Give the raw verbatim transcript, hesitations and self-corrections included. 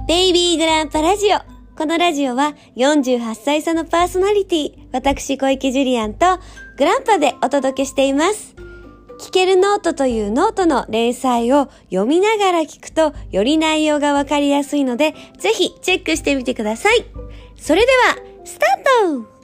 ベイビーグランパラジオ。このラジオはよんじゅうはっさい差のパーソナリティ、私小池ジュリアンとグランパでお届けしています。聞けるノートというノートの連載を読みながら聞くとより内容がわかりやすいので、ぜひチェックしてみてください。それではスタート。